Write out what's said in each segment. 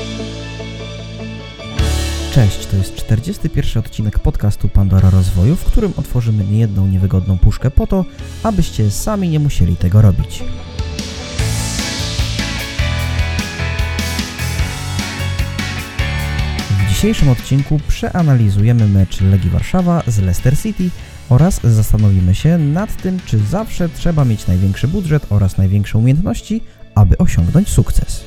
Cześć, to jest 41. odcinek podcastu Pandora Rozwoju, w którym otworzymy niejedną niewygodną puszkę po to, abyście sami nie musieli tego robić. W dzisiejszym odcinku przeanalizujemy mecz Legii Warszawa z Leicester City oraz zastanowimy się nad tym, czy zawsze trzeba mieć największy budżet oraz największe umiejętności, aby osiągnąć sukces.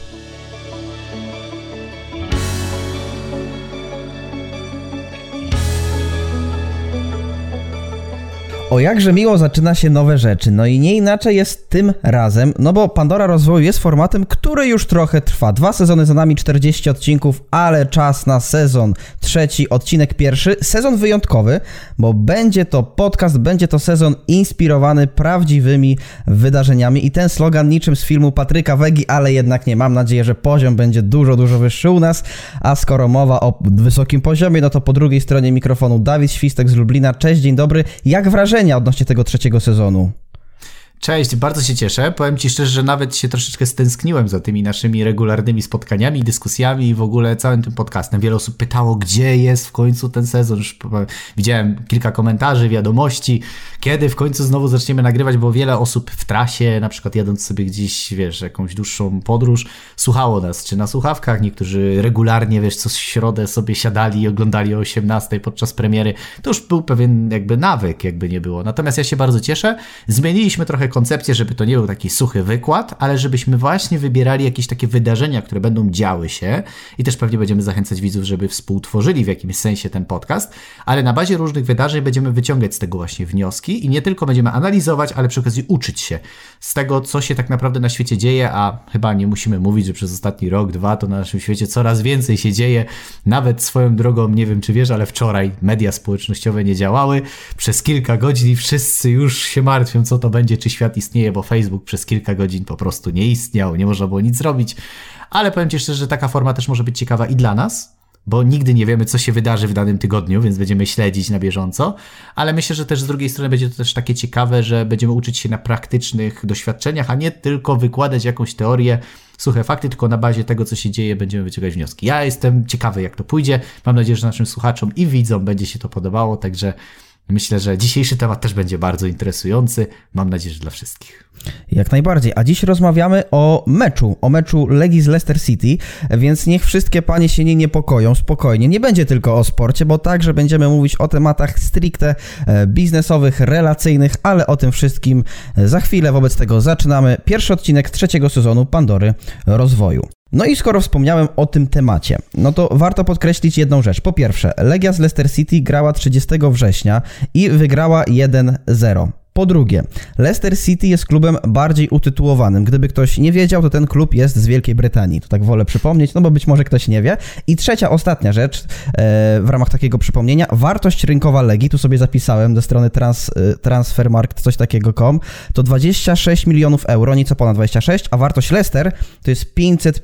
O jakże miło zaczyna się nowe rzeczy, no i nie inaczej jest tym razem, no bo Pandora Rozwoju jest formatem, który już trochę trwa. 2 sezony za nami, 40 odcinków, ale czas na sezon trzeci, odcinek pierwszy, sezon wyjątkowy, bo będzie to podcast, będzie to sezon inspirowany prawdziwymi wydarzeniami i ten slogan niczym z filmu Patryka Wegi, ale jednak nie, mam nadzieję, że poziom będzie dużo wyższy u nas, a skoro mowa o wysokim poziomie, no to po drugiej stronie mikrofonu Dawid Świstek z Lublina. Cześć, dzień dobry, jak wrażenie odnośnie tego trzeciego sezonu? Cześć, bardzo się cieszę. Powiem Ci szczerze, że nawet się troszeczkę stęskniłem za tymi naszymi regularnymi spotkaniami, dyskusjami i w ogóle całym tym podcastem. Wiele osób pytało, gdzie jest w końcu ten sezon. Już widziałem kilka komentarzy, wiadomości, kiedy w końcu znowu zaczniemy nagrywać, bo wiele osób w trasie, na przykład jadąc sobie gdzieś, wiesz, jakąś dłuższą podróż, słuchało nas, czy na słuchawkach. Niektórzy regularnie, wiesz, co środę sobie siadali i oglądali o 18 podczas premiery. To już był pewien jakby nawyk, jakby nie było. Natomiast ja się bardzo cieszę. Zmieniliśmy trochę koncepcję, żeby to nie był taki suchy wykład, ale żebyśmy właśnie wybierali jakieś takie wydarzenia, które będą działy się i też pewnie będziemy zachęcać widzów, żeby współtworzyli w jakimś sensie ten podcast, ale na bazie różnych wydarzeń będziemy wyciągać z tego właśnie wnioski i nie tylko będziemy analizować, ale przy okazji uczyć się z tego, co się tak naprawdę na świecie dzieje, a chyba nie musimy mówić, że przez ostatni rok, 2 to na naszym świecie coraz więcej się dzieje. Nawet swoją drogą, nie wiem czy wiesz, ale wczoraj media społecznościowe nie działały. Przez kilka godzin i wszyscy już się martwią, co to będzie, czy świat istnieje, bo Facebook przez kilka godzin po prostu nie istniał, nie można było nic zrobić, ale powiem Ci szczerze, że taka forma też może być ciekawa i dla nas, bo nigdy nie wiemy, co się wydarzy w danym tygodniu, więc będziemy śledzić na bieżąco, ale myślę, że też z drugiej strony będzie to też takie ciekawe, że będziemy uczyć się na praktycznych doświadczeniach, a nie tylko wykładać jakąś teorię, suche fakty, tylko na bazie tego, co się dzieje, będziemy wyciągać wnioski. Ja jestem ciekawy, jak to pójdzie, mam nadzieję, że naszym słuchaczom i widzom będzie się to podobało, także myślę, że dzisiejszy temat też będzie bardzo interesujący. Mam nadzieję, że dla wszystkich. Jak najbardziej. A dziś rozmawiamy o meczu Legii z Leicester City, więc niech wszystkie panie się nie niepokoją, spokojnie. Nie będzie tylko o sporcie, bo także będziemy mówić o tematach stricte biznesowych, relacyjnych, ale o tym wszystkim za chwilę. Wobec tego zaczynamy pierwszy odcinek trzeciego sezonu Pandory Rozwoju. No i skoro wspomniałem o tym temacie, no to warto podkreślić jedną rzecz. Po pierwsze, Legia z Leicester City grała 30 września i wygrała 1-0. Po drugie, Leicester City jest klubem bardziej utytułowanym. Gdyby ktoś nie wiedział, to ten klub jest z Wielkiej Brytanii. To tak wolę przypomnieć, no bo być może ktoś nie wie. I trzecia, ostatnia rzecz w ramach takiego przypomnienia. Wartość rynkowa Legii, tu sobie zapisałem ze strony Transfermarkt, coś takiego.com, to 26 milionów euro, nieco ponad 26, a wartość Leicester to jest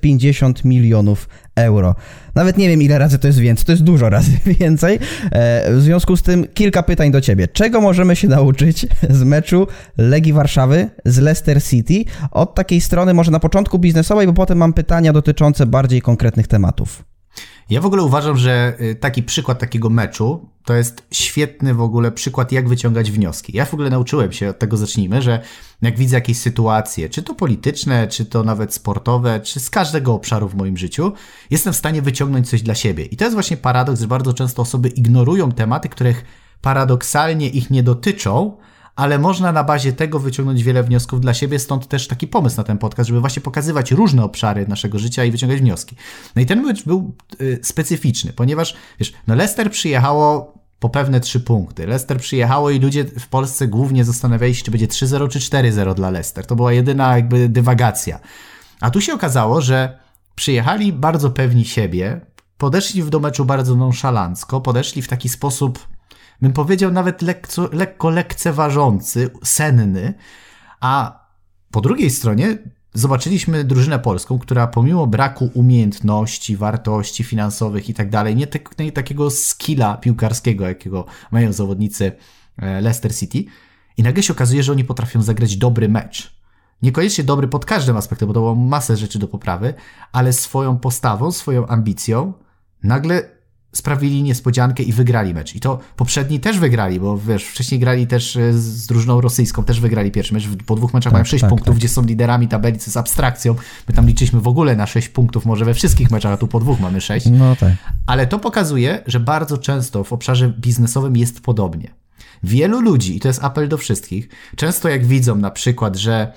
550 milionów euro. Nawet nie wiem, ile razy to jest więcej, to jest dużo razy więcej. W związku z tym kilka pytań do Ciebie. Czego możemy się nauczyć z meczu Legii Warszawy z Leicester City? Od takiej strony może na początku biznesowej, bo potem mam pytania dotyczące bardziej konkretnych tematów. Ja w ogóle uważam, że taki przykład takiego meczu to jest świetny w ogóle przykład, jak wyciągać wnioski. Ja w ogóle nauczyłem się, od tego zacznijmy, że jak widzę jakieś sytuacje, czy to polityczne, czy to nawet sportowe, czy z każdego obszaru w moim życiu, jestem w stanie wyciągnąć coś dla siebie. I to jest właśnie paradoks, że bardzo często osoby ignorują tematy, których paradoksalnie ich nie dotyczą, ale można na bazie tego wyciągnąć wiele wniosków dla siebie, stąd też taki pomysł na ten podcast, żeby właśnie pokazywać różne obszary naszego życia i wyciągać wnioski. No i ten mecz był specyficzny, ponieważ wiesz, no Leicester przyjechało po pewne 3 punkty. Leicester przyjechało i ludzie w Polsce głównie zastanawiali się, czy będzie 3-0 czy 4-0 dla Leicester. To była jedyna jakby dywagacja. A tu się okazało, że przyjechali bardzo pewni siebie, podeszli do meczu bardzo nonszalancko, podeszli w taki sposób, bym powiedział, nawet lekko lekceważący, senny, a po drugiej stronie zobaczyliśmy drużynę polską, która pomimo braku umiejętności, wartości finansowych i tak dalej, nie takiego skilla piłkarskiego, jakiego mają zawodnicy Leicester City, i nagle się okazuje, że oni potrafią zagrać dobry mecz. niekoniecznie dobry pod każdym aspektem, bo to było masę rzeczy do poprawy, ale swoją postawą, swoją ambicją nagle sprawili niespodziankę i wygrali mecz. I to poprzedni też wygrali, bo wiesz, wcześniej grali też z drużyną rosyjską, też wygrali pierwszy mecz. Po 2 meczach mają 6 punktów, gdzie są liderami tabeli, co jest abstrakcją. My tam liczyliśmy w ogóle na 6 punktów, może we wszystkich meczach, a tu po 2 mamy 6. No tak. Ale to pokazuje, że bardzo często w obszarze biznesowym jest podobnie. Wielu ludzi, i to jest apel do wszystkich, często jak widzą na przykład, że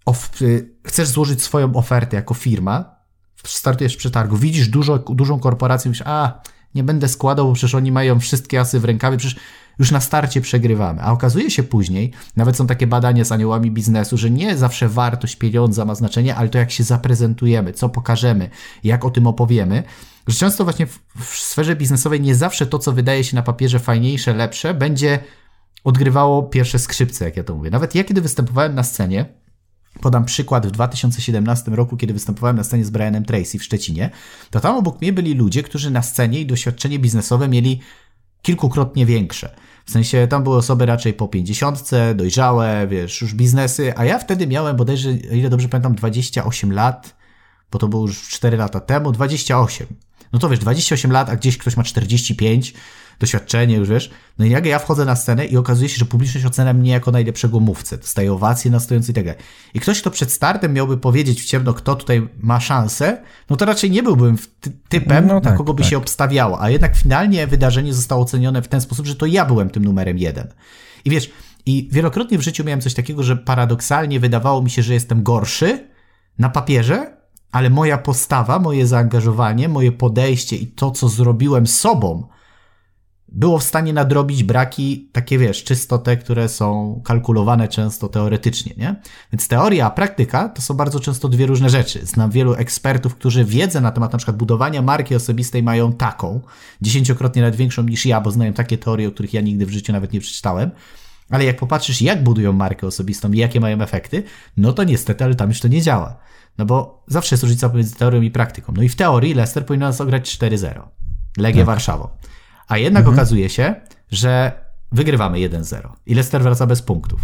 chcesz złożyć swoją ofertę jako firma, startujesz w przetargu, widzisz dużą korporację, mówisz, nie będę składał, bo przecież oni mają wszystkie asy w rękawie, przecież już na starcie przegrywamy. A okazuje się później, nawet są takie badania z aniołami biznesu, że nie zawsze wartość pieniądza ma znaczenie, ale to jak się zaprezentujemy, co pokażemy, jak o tym opowiemy, że często właśnie w sferze biznesowej nie zawsze to, co wydaje się na papierze fajniejsze, lepsze, będzie odgrywało pierwsze skrzypce, jak ja to mówię. Nawet ja, kiedy występowałem na scenie, podam przykład w 2017 roku, kiedy występowałem na scenie z Brianem Tracy w Szczecinie, to tam obok mnie byli ludzie, którzy na scenie i doświadczenie biznesowe mieli kilkukrotnie większe. W sensie tam były osoby raczej po 50, dojrzałe, wiesz, już biznesy, a ja wtedy miałem bodajże, ile dobrze pamiętam, 28 lat, bo to było już 4 lata temu, 28. No to wiesz, 28 lat, a gdzieś ktoś ma 45, doświadczenie już, wiesz. No i jak ja wchodzę na scenę i okazuje się, że publiczność ocenia mnie jako najlepszego mówcę. Dostaje owacje na stojący i tak dalej. I ktoś, kto przed startem miałby powiedzieć w ciemno, kto tutaj ma szansę, no to raczej nie byłbym typem, na kogo by się obstawiało. A jednak finalnie wydarzenie zostało ocenione w ten sposób, że to ja byłem tym numerem 1. I wiesz, i wielokrotnie w życiu miałem coś takiego, że paradoksalnie wydawało mi się, że jestem gorszy na papierze, ale moja postawa, moje zaangażowanie, moje podejście i to, co zrobiłem sobą, było w stanie nadrobić braki takie, wiesz, czysto te, które są kalkulowane często teoretycznie, nie? Więc teoria a praktyka to są bardzo często 2 różne rzeczy. Znam wielu ekspertów, którzy wiedzę na temat na przykład budowania marki osobistej mają taką, 10-krotnie nawet większą niż ja, bo znają takie teorie, o których ja nigdy w życiu nawet nie przeczytałem. Ale jak popatrzysz, jak budują markę osobistą i jakie mają efekty, no to niestety, ale tam już to nie działa. No bo zawsze jest różnica pomiędzy teorią i praktyką. No i w teorii Leicester powinien nas ograć 4-0. Legię Warszawą. A jednak okazuje się, że wygrywamy 1-0 i Leicester wraca bez punktów.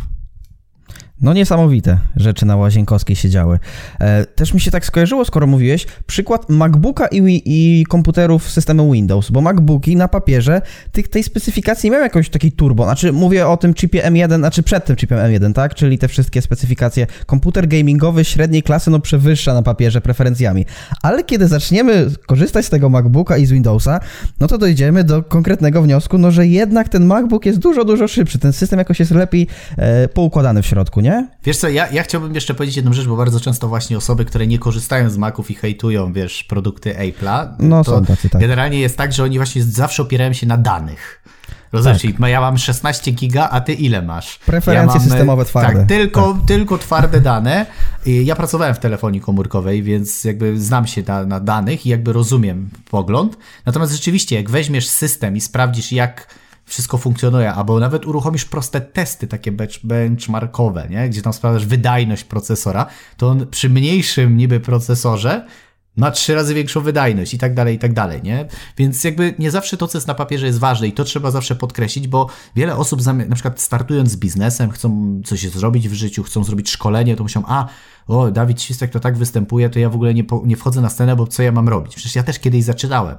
No niesamowite rzeczy na Łazienkowskiej się działy. Też mi się tak skojarzyło, skoro mówiłeś, przykład MacBooka i komputerów systemu Windows, bo MacBooki na papierze tej specyfikacji nie miały jakoś takiej turbo, znaczy mówię o tym chipie M1, znaczy przed tym chipem M1, tak, czyli te wszystkie specyfikacje. Komputer gamingowy średniej klasy no przewyższa na papierze preferencjami, ale kiedy zaczniemy korzystać z tego MacBooka i z Windowsa, no to dojdziemy do konkretnego wniosku, no że jednak ten MacBook jest dużo, dużo szybszy, ten system jakoś jest lepiej poukładany w środku, nie? Wiesz co, ja chciałbym jeszcze powiedzieć jedną rzecz, bo bardzo często właśnie osoby, które nie korzystają z Maców i hejtują, wiesz, produkty Apple'a, no są tacy, tak. Generalnie jest tak, że oni właśnie zawsze opierają się na danych. Rozumiesz, tak. Ja mam 16 giga, a ty ile masz? Preferencje systemowe twarde. Tak, tylko twarde dane. Ja pracowałem w telefonii komórkowej, więc jakby znam się na danych i jakby rozumiem pogląd. Natomiast rzeczywiście, jak weźmiesz system i sprawdzisz, jak wszystko funkcjonuje, albo nawet uruchomisz proste testy, takie benchmarkowe, nie? Gdzie tam sprawdzasz wydajność procesora, to on przy mniejszym niby procesorze ma 3 razy większą wydajność i tak dalej, nie? Więc jakby nie zawsze to, co jest na papierze, jest ważne i to trzeba zawsze podkreślić, bo wiele osób na przykład startując z biznesem, chcą coś zrobić w życiu, chcą zrobić szkolenie, to myślą, Dawid Świstek to tak występuje, to ja w ogóle nie wchodzę na scenę, bo co ja mam robić? Przecież ja też kiedyś zaczynałem.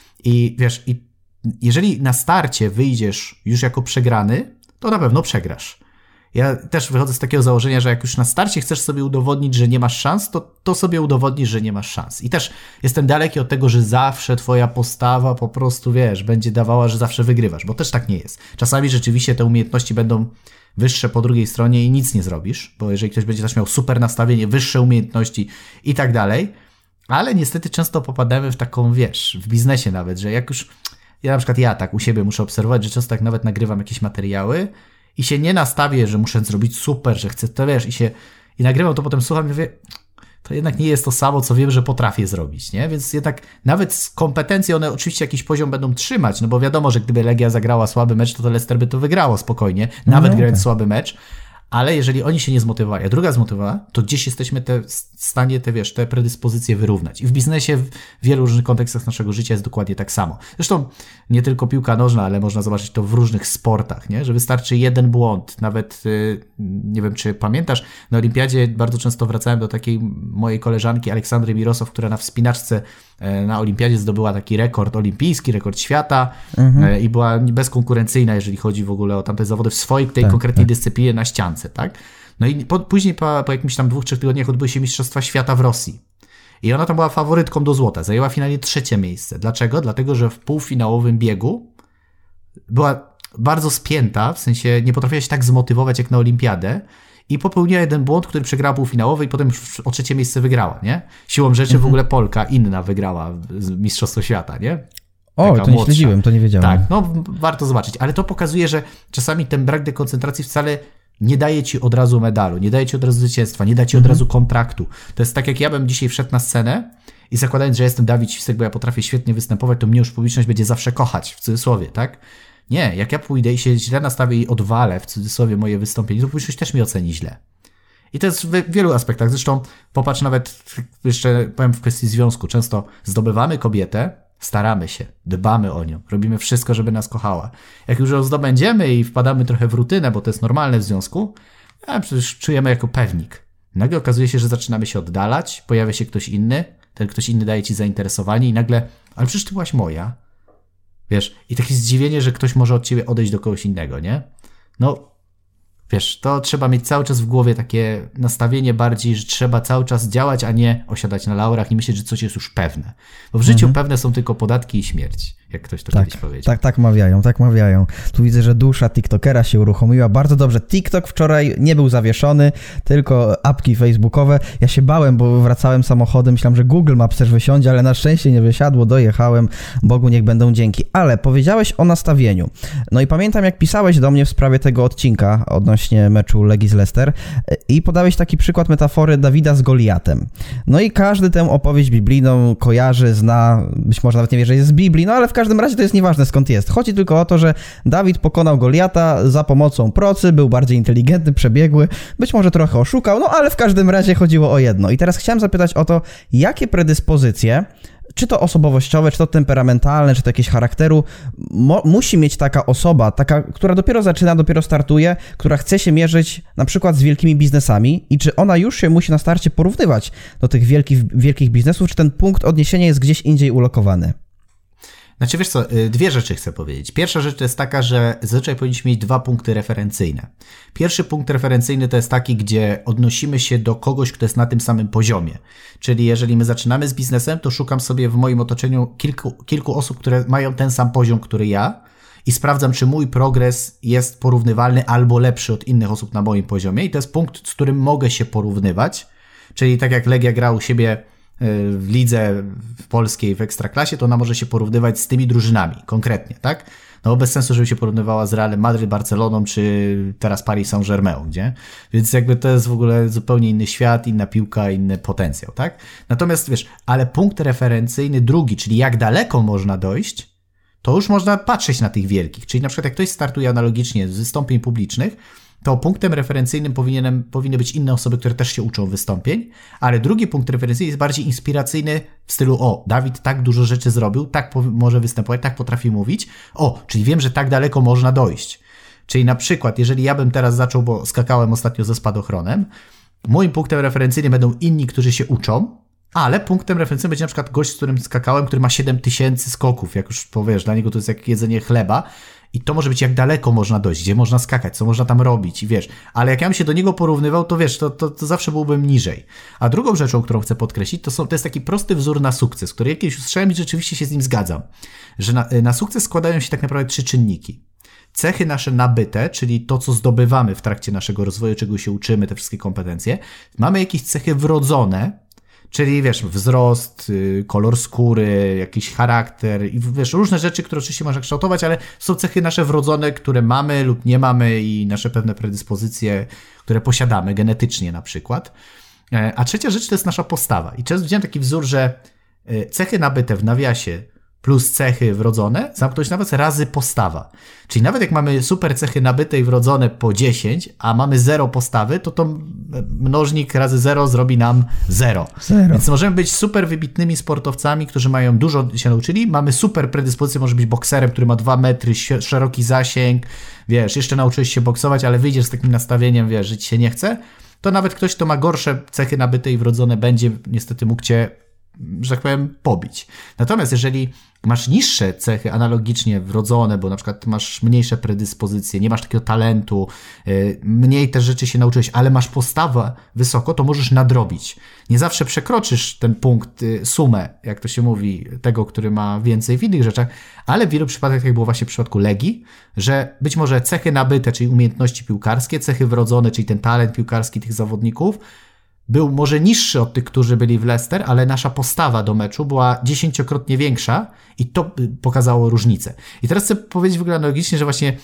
I wiesz, jeżeli na starcie wyjdziesz już jako przegrany, to na pewno przegrasz. Ja też wychodzę z takiego założenia, że jak już na starcie chcesz sobie udowodnić, że nie masz szans, to sobie udowodnisz, że nie masz szans. I też jestem daleki od tego, że zawsze twoja postawa po prostu, wiesz, będzie dawała, że zawsze wygrywasz, bo też tak nie jest. Czasami rzeczywiście te umiejętności będą wyższe po drugiej stronie i nic nie zrobisz, bo jeżeli ktoś będzie też miał super nastawienie, wyższe umiejętności i tak dalej, ale niestety często popadamy w taką, wiesz, w biznesie nawet, że jak już na przykład tak u siebie muszę obserwować, że często tak nawet nagrywam jakieś materiały i się nie nastawię, że muszę zrobić super, że chcę to, wiesz, i nagrywam to, potem słucham i mówię, to jednak nie jest to samo, co wiem, że potrafię zrobić, nie? Więc jednak nawet z kompetencji one oczywiście jakiś poziom będą trzymać, no bo wiadomo, że gdyby Legia zagrała słaby mecz, to Leicester by to wygrało spokojnie, nawet grając słaby mecz, Ale jeżeli oni się nie zmotywowali, a druga zmotywowała, to gdzieś jesteśmy w stanie te predyspozycje wyrównać. I w biznesie, w wielu różnych kontekstach naszego życia jest dokładnie tak samo. Zresztą nie tylko piłka nożna, ale można zobaczyć to w różnych sportach, nie? Że wystarczy jeden błąd. Nawet, nie wiem, czy pamiętasz, na olimpiadzie bardzo często wracałem do takiej mojej koleżanki Aleksandry Mirosow, która na wspinaczce na olimpiadzie zdobyła taki rekord olimpijski, rekord świata i była bezkonkurencyjna, jeżeli chodzi w ogóle o tamte zawody w swojej tej konkretnej dyscyplinie na ściance, tak? No i później po jakimś tam 2-3 tygodniach odbyły się Mistrzostwa Świata w Rosji. I ona tam była faworytką do złota. Zajęła finalnie 3. miejsce. Dlaczego? Dlatego, że w półfinałowym biegu była bardzo spięta, w sensie nie potrafiła się tak zmotywować jak na olimpiadę i popełniła jeden błąd, który przegrała półfinałowy i potem o 3. miejsce wygrała, nie? Siłą rzeczy w ogóle Polka inna wygrała Mistrzostwo Świata, nie? O, to nie śledziłem, to nie wiedziałem. Tak, no warto zobaczyć. Ale to pokazuje, że czasami ten brak dekoncentracji wcale nie daje ci od razu medalu, nie daje ci od razu zwycięstwa, nie daje ci od razu kontraktu. To jest tak, jak ja bym dzisiaj wszedł na scenę i zakładając, że jestem Dawid Świstek, bo ja potrafię świetnie występować, to mnie już publiczność będzie zawsze kochać, w cudzysłowie, tak? Nie, jak ja pójdę i się źle nastawię i odwalę, w cudzysłowie, moje wystąpienie, to publiczność też mnie oceni źle. I to jest w wielu aspektach. Zresztą popatrz nawet, jeszcze powiem w kwestii związku, często zdobywamy kobietę, staramy się, dbamy o nią, robimy wszystko, żeby nas kochała. Jak już ją zdobędziemy i wpadamy trochę w rutynę, bo to jest normalne w związku, a przecież czujemy jako pewnik. Nagle okazuje się, że zaczynamy się oddalać, pojawia się ktoś inny, ten ktoś inny daje ci zainteresowanie i nagle, ale przecież ty byłaś moja. Wiesz, i takie zdziwienie, że ktoś może od ciebie odejść do kogoś innego, nie? No, wiesz, to trzeba mieć cały czas w głowie takie nastawienie bardziej, że trzeba cały czas działać, a nie osiadać na laurach i myśleć, że coś jest już pewne. Bo w życiu pewne są tylko podatki i śmierć, jak ktoś to kiedyś powiedział. Tak mawiają. Tu widzę, że dusza TikTokera się uruchomiła. Bardzo dobrze. TikTok wczoraj nie był zawieszony, tylko apki facebookowe. Ja się bałem, bo wracałem samochodem, myślałem, że Google Maps też wysiądzie, ale na szczęście nie wysiadło, dojechałem. Bogu niech będą dzięki. Ale powiedziałeś o nastawieniu. No i pamiętam, jak pisałeś do mnie w sprawie tego odcinka odnośnie meczu Legii z Leicester i podałeś taki przykład metafory Dawida z Goliatem. No i każdy tę opowieść biblijną kojarzy, zna, być może nawet nie wie, że jest z Biblii, no ale w każdym razie to jest nieważne, skąd jest. Chodzi tylko o to, że Dawid pokonał Goliata za pomocą procy, był bardziej inteligentny, przebiegły, być może trochę oszukał, no ale w każdym razie chodziło o jedno. I teraz chciałem zapytać o to, jakie predyspozycje, czy to osobowościowe, czy to temperamentalne, czy to jakieś charakteru, musi mieć taka osoba, która dopiero zaczyna, dopiero startuje, która chce się mierzyć na przykład z wielkimi biznesami i czy ona już się musi na starcie porównywać do tych wielkich biznesów, czy ten punkt odniesienia jest gdzieś indziej ulokowany? Znaczy wiesz co, 2 rzeczy chcę powiedzieć. Pierwsza rzecz to jest taka, że zazwyczaj powinniśmy mieć 2 punkty referencyjne. Pierwszy punkt referencyjny to jest taki, gdzie odnosimy się do kogoś, kto jest na tym samym poziomie. Czyli jeżeli my zaczynamy z biznesem, to szukam sobie w moim otoczeniu kilku osób, które mają ten sam poziom, który ja i sprawdzam, czy mój progres jest porównywalny albo lepszy od innych osób na moim poziomie i to jest punkt, z którym mogę się porównywać. Czyli tak jak Legia gra u siebie w lidze polskiej w Ekstraklasie, to ona może się porównywać z tymi drużynami konkretnie, tak? No bez sensu, żeby się porównywała z Realem Madryt, Barceloną, czy teraz Paris Saint-Germain, gdzie? Więc jakby to jest w ogóle zupełnie inny świat, inna piłka, inny potencjał, tak? Natomiast wiesz, ale punkt referencyjny drugi, czyli jak daleko można dojść, to już można patrzeć na tych wielkich. Czyli na przykład jak ktoś startuje analogicznie z wystąpień publicznych, to punktem referencyjnym powinny być inne osoby, które też się uczą wystąpień, ale drugi punkt referencyjny jest bardziej inspiracyjny w stylu Dawid tak dużo rzeczy zrobił, tak może występować, tak potrafi mówić, czyli wiem, że tak daleko można dojść. Czyli na przykład, jeżeli ja bym teraz zaczął, bo skakałem ostatnio ze spadochronem, moim punktem referencyjnym będą inni, którzy się uczą, ale punktem referencyjnym będzie na przykład gość, z którym skakałem, który ma 7000 skoków, jak już powiesz, dla niego to jest jak jedzenie chleba. I to może być jak daleko można dojść, gdzie można skakać, co można tam robić i wiesz. Ale jak ja bym się do niego porównywał, to wiesz, to zawsze byłbym niżej. A drugą rzeczą, którą chcę podkreślić, to jest taki prosty wzór na sukces, który jakieś usłyszałem i rzeczywiście się z nim zgadzam. Że na sukces składają się tak naprawdę 3 czynniki. Cechy nasze nabyte, czyli to, co zdobywamy w trakcie naszego rozwoju, czego się uczymy, te wszystkie kompetencje. Mamy jakieś cechy wrodzone, czyli wiesz, wzrost, kolor skóry, jakiś charakter i wiesz, różne rzeczy, które oczywiście można kształtować, ale są cechy nasze wrodzone, które mamy lub nie mamy i nasze pewne predyspozycje, które posiadamy genetycznie na przykład. A trzecia rzecz to jest nasza postawa. I często widziałem taki wzór, że cechy nabyte w nawiasie plus cechy wrodzone, zamknąć nawet razy postawa. Czyli nawet jak mamy super cechy nabyte i wrodzone po 10, a mamy 0 postawy, to mnożnik razy 0 zrobi nam 0. Więc możemy być super wybitnymi sportowcami, którzy mają dużo się nauczyli, mamy super predyspozycję, może być bokserem, który ma 2 metry, szeroki zasięg, wiesz, jeszcze nauczyłeś się boksować, ale wyjdziesz z takim nastawieniem, wiesz, że ci się nie chce, to nawet ktoś, kto ma gorsze cechy nabyte i wrodzone, będzie niestety mógł cię, że tak powiem, pobić. Natomiast jeżeli masz niższe cechy analogicznie wrodzone, bo na przykład masz mniejsze predyspozycje, nie masz takiego talentu, mniej też rzeczy się nauczyłeś, ale masz postawę wysoko, to możesz nadrobić. Nie zawsze przekroczysz ten punkt, sumę, jak to się mówi, tego, który ma więcej w innych rzeczach, ale w wielu przypadkach, jak było właśnie w przypadku Legii, że być może cechy nabyte, czyli umiejętności piłkarskie, cechy wrodzone, czyli ten talent piłkarski tych zawodników, był może niższy od tych, którzy byli w Leicester, ale nasza postawa do meczu była 10-krotnie większa i to pokazało różnicę. I teraz chcę powiedzieć w ogóle analogicznie, że właśnie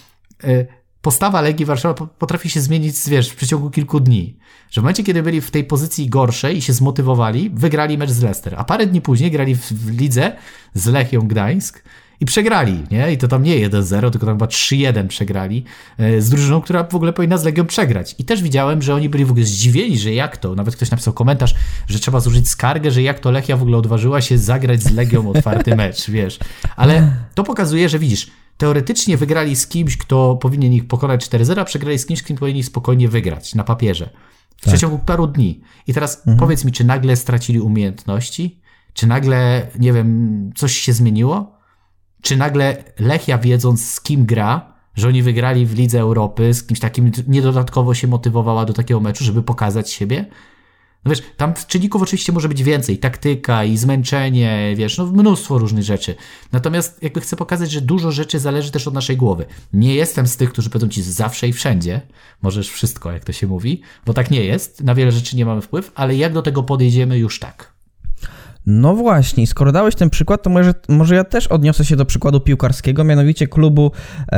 postawa Legii Warszawa potrafi się zmienić, wiesz, w przeciągu kilku dni. Że w momencie, kiedy byli w tej pozycji gorszej i się zmotywowali, wygrali mecz z Leicester, a parę dni później grali w lidze z Lechią Gdańsk i przegrali, nie? I to tam nie 1-0, tylko tam chyba 3-1 przegrali z drużyną, która w ogóle powinna z Legią przegrać. I też widziałem, że oni byli w ogóle zdziwieni, że jak to, nawet ktoś napisał komentarz, że trzeba złożyć skargę, że jak to Lechia w ogóle odważyła się zagrać z Legią otwarty mecz, wiesz. Ale to pokazuje, że widzisz, teoretycznie wygrali z kimś, kto powinien ich pokonać 4-0, a przegrali z kimś, z kim powinni ich spokojnie wygrać na papierze. W przeciągu paru dni. I teraz powiedz mi, czy nagle stracili umiejętności? Czy nagle, nie wiem, coś się zmieniło? Czy nagle Lechia, wiedząc z kim gra, że oni wygrali w Lidze Europy, z kimś takim, niedodatkowo się motywowała do takiego meczu, żeby pokazać siebie? No wiesz, tam czynników oczywiście może być więcej, taktyka i zmęczenie, wiesz, no mnóstwo różnych rzeczy. Natomiast jakby chcę pokazać, że dużo rzeczy zależy też od naszej głowy. Nie jestem z tych, którzy powiedzą ci zawsze i wszędzie, możesz wszystko, jak to się mówi, bo tak nie jest, na wiele rzeczy nie mamy wpływ, ale jak do tego podejdziemy, już tak. No właśnie, skoro dałeś ten przykład, to może ja też odniosę się do przykładu piłkarskiego, mianowicie klubu